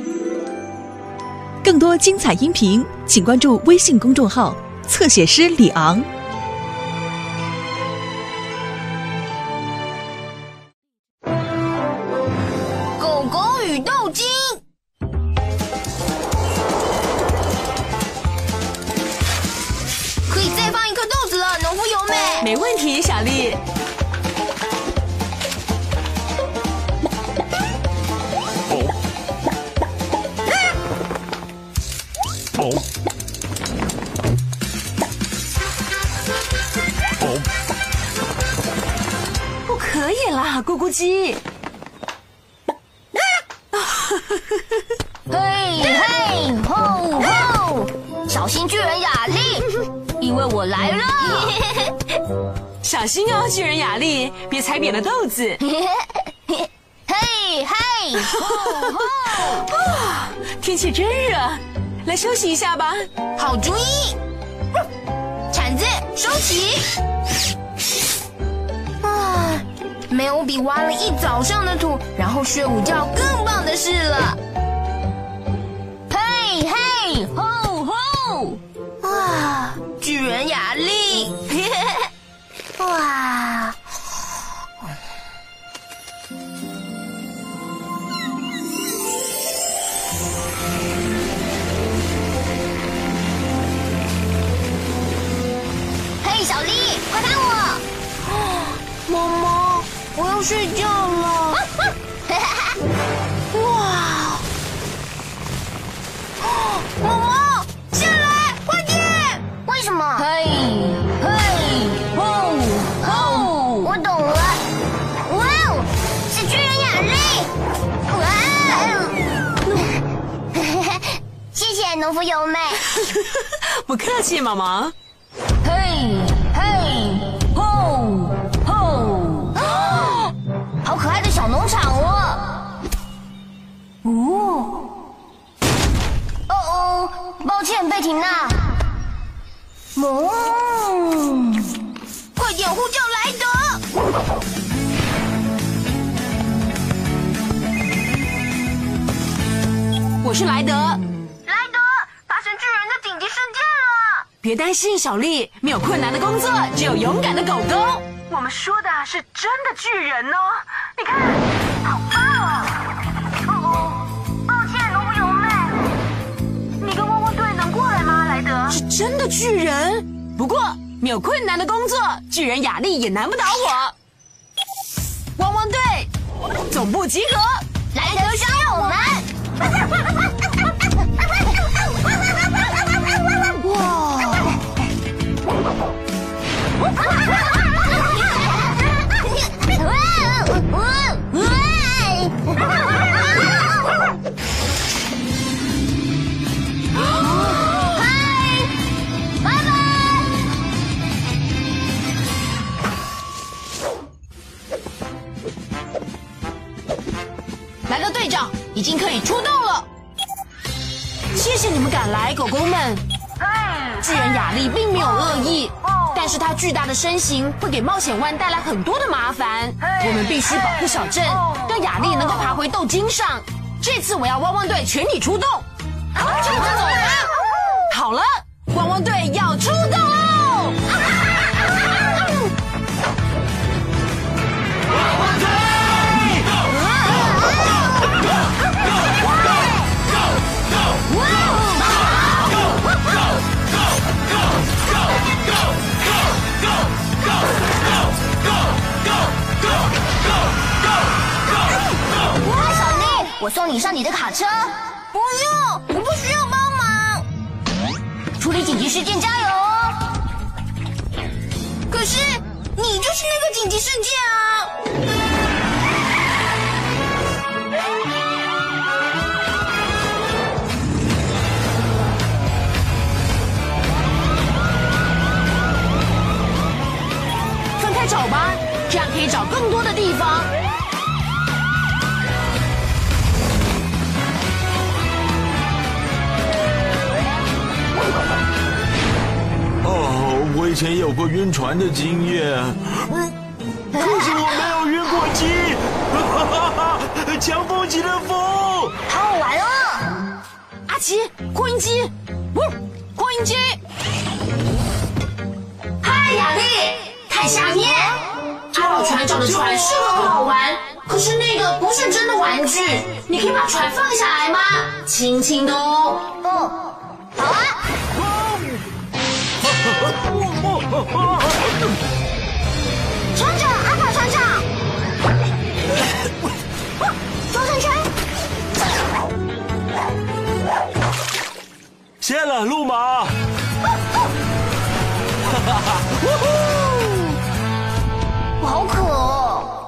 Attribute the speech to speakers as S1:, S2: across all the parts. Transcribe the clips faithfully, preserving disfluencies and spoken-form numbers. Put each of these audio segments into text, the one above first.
S1: 更多精彩音频，请关注微信公众号“侧写师李昂”。
S2: 狗狗与豆精，可以再放一颗豆子了，农夫有美。
S3: 没问题，小丽。
S4: 哦。哦。
S3: 不可以啦，咕咕鸡。
S2: 嘿嘿，吼吼！小心巨人雅丽，因为我来了。
S3: 小心哦，巨人雅丽，别踩扁了豆子。
S2: 嘿嘿，吼吼！
S3: 啊，天气真热，来休息一下吧。
S2: 好主意。铲子收起。啊，没有比挖了一早上的土，然后睡午觉更棒的事了。嘿嘿，吼吼！哇，巨人雅丽，哇！嘿，小丽，快看我！妈妈，我要睡觉了。哇！妈妈，下来，快点！为什么？嘿，嘿，吼吼！我懂了。哇哦，是巨人雅丽！哇哦！谢谢农夫优美。
S3: 不客气，毛毛。
S2: 嘿，嘿，吼吼！啊，好可爱的小农场哦！哦。哦哦，抱歉，贝婷娜。嗯，快点呼叫莱德！
S3: 我是莱德。
S2: 莱德，发生巨人的紧急事件了！
S3: 别担心，小丽，没有困难的工作，只有勇敢的狗狗。
S5: 我们说的是真的巨人哦，你看，好棒哦！哦哦，抱歉，农夫优美，你跟汪汪队能过来吗，莱德？
S3: 是真的巨人。不过没有困难的工作，巨人雅丽也难不倒我。汪汪队，总部集合，
S2: 莱德需要我们。
S3: 莱德队长已经可以出动了，谢谢你们赶来，狗狗们。巨人雅丽并没有恶意，但是他巨大的身形会给冒险湾带来很多的麻烦。我们必须保护小镇，让雅丽能够爬回豆茎上。这次我要汪汪队全体出动。好，就这么办。好了，汪汪队要出动喽！
S4: 汪汪队！
S2: 我送你上你的卡车。不用，我不需要帮忙。处理紧急事件，加油哦！可是你就是那个紧急事件啊！
S3: 分开找吧，这样可以找更多的地方。
S4: 哦，我以前有过晕船的经验，可是我没有晕过机，哈哈哈！强风级的风，
S2: 好好玩哦！
S3: 机，扩音机，呜，扩音机。
S2: 嗨，雅丽，看下面。
S3: 阿宝船长的船是很好玩，可是那个不是真的玩具。你可以把船放下来吗？轻轻的哦。
S2: 哦，好啊。船长，阿宝船长，左转圈。
S4: 谢了，路马。
S2: 我好渴哦。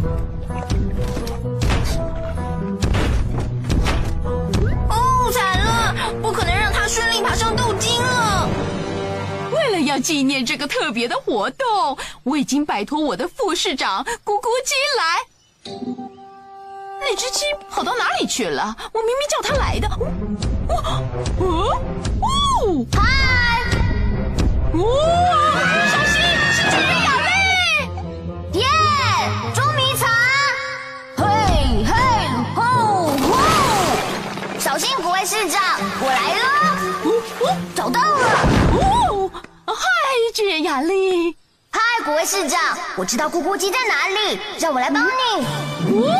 S2: 哦，惨了，不可能让他顺利爬上斗金了。
S1: 为了要纪念这个特别的活动，我已经摆脱我的副市长咕咕鸡来。
S3: 那只鸡跑到哪里去了？我明明叫它来的。哦哦哦！
S2: 嗨，
S3: 哇！小心，是巨人雅丽！
S2: 耶，捉迷藏！嘿嘿吼吼！小心，国卫市长，我来了！
S3: 哦哦，
S2: 找到了！
S3: 哦，嗨，巨人雅丽！
S2: 嗨，国卫市长，我知道咕咕鸡在哪里，让我来帮你。
S3: 哦！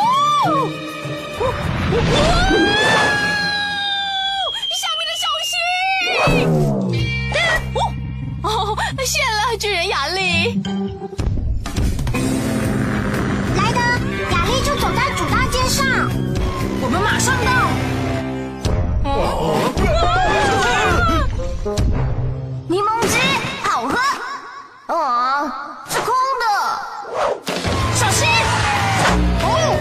S3: 下面的小心！哦哦，谢了，巨人雅丽。
S2: 来的，雅丽就走在主大街上，
S3: 我们马上到。
S2: 柠檬汁好喝。哦，是空的。小心！哦。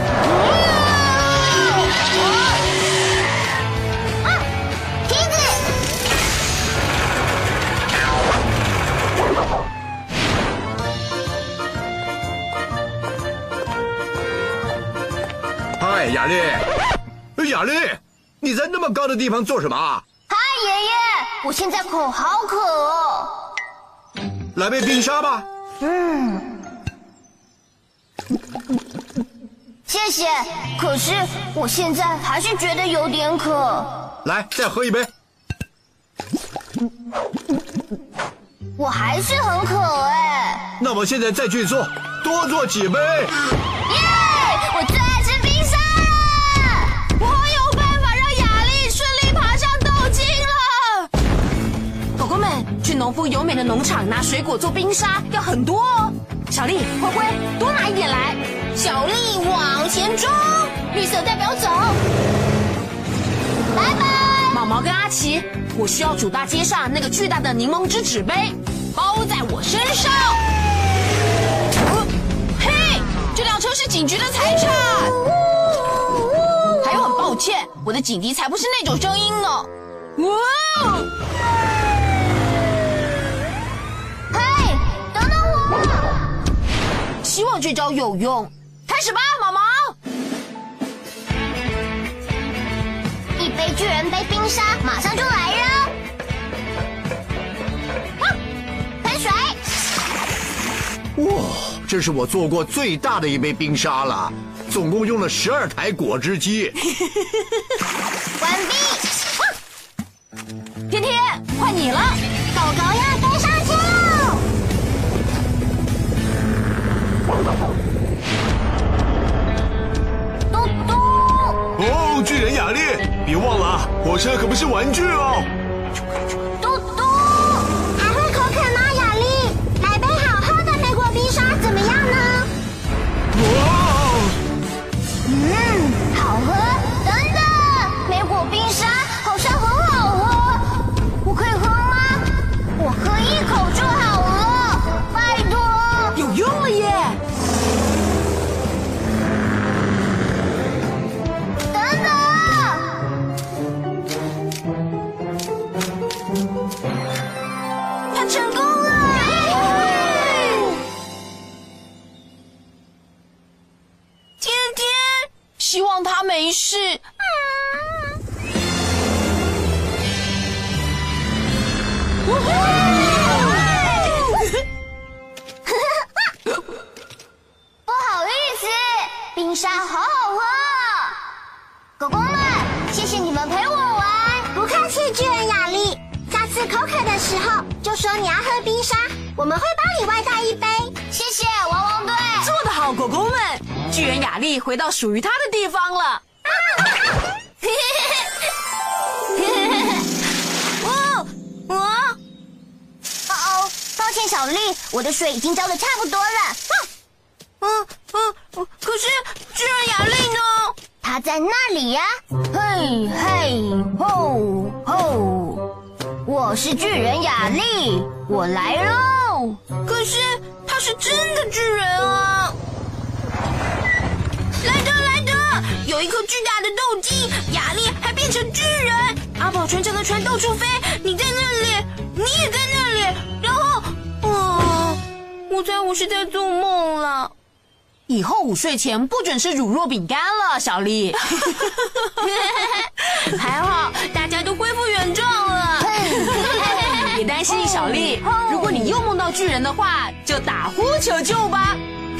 S6: 嗨，雅丽！雅丽，你在那么高的地方做什么？
S2: 嗨，爷爷，我现在口好渴哦。
S6: 来杯冰沙吧。
S2: 嗯，谢谢。可是我现在还是觉得有点渴。
S6: 来，再喝一杯。
S2: 我还是很渴哎。
S6: 那我现在再去做，多做几杯。
S2: 耶！我最爱吃冰沙了。
S3: 我有办法让雅丽顺利爬上斗金了。狗狗们，去农夫优美的农场拿水果做冰沙要很多哦。小丽、灰灰，多拿一点来。
S2: 小丽往前冲，绿色代表走。拜拜。
S3: 毛毛跟阿奇，我需要主大街上那个巨大的柠檬汁纸杯，包在我身上。嘿，这辆车是警局的财产。还有很抱歉，我的警笛才不是那种声音呢。哇！
S2: 嘿，等等我！
S3: 希望这招有用。开始吧，毛毛。
S2: 一杯巨人杯冰沙马上就来了。啊，喷水！
S6: 哇，这是我做过最大的一杯冰沙了，总共用了十二台果汁机。
S2: 完毕。
S3: 天天，换你了。
S2: 狗狗要跟上去喽！嘟嘟。
S4: 哦，巨人雅丽，别忘了，火车可不是玩具哦。
S2: 嘟嘟，还会口渴吗，雅丽？来杯好喝的莓果冰沙怎么样呢？
S4: 哇！
S2: 嗯，好喝。等等，莓果冰沙好像很好喝，我可以喝吗？我喝一口就好了，拜托。
S3: 有用了耶！
S2: 等等。 子口渴的时候，就说你要喝冰沙，我们会帮你外带一杯。谢谢汪汪队。
S3: 做得好，狗狗们！巨人雅丽回到属于它的地方了。
S2: 哦哦哦！抱歉，小丽，我的水已经浇得差不多了。
S3: 嗯嗯，可是巨人雅丽呢？
S2: 她在那里呀！嘿嘿吼吼！我是巨人雅丽，我来喽！
S3: 可是他是真的巨人啊！来的来的，有一颗巨大的斗鸡，雅丽还变成巨人。阿宝船长的船到处飞，你在那里，你也在那里。然后，啊，我猜我是在做梦了。以后午睡前不准吃乳酪饼干了，小丽。还好大家都恢复原状了。别担心，小丽，如果你又梦到巨人的话，就打呼求救吧。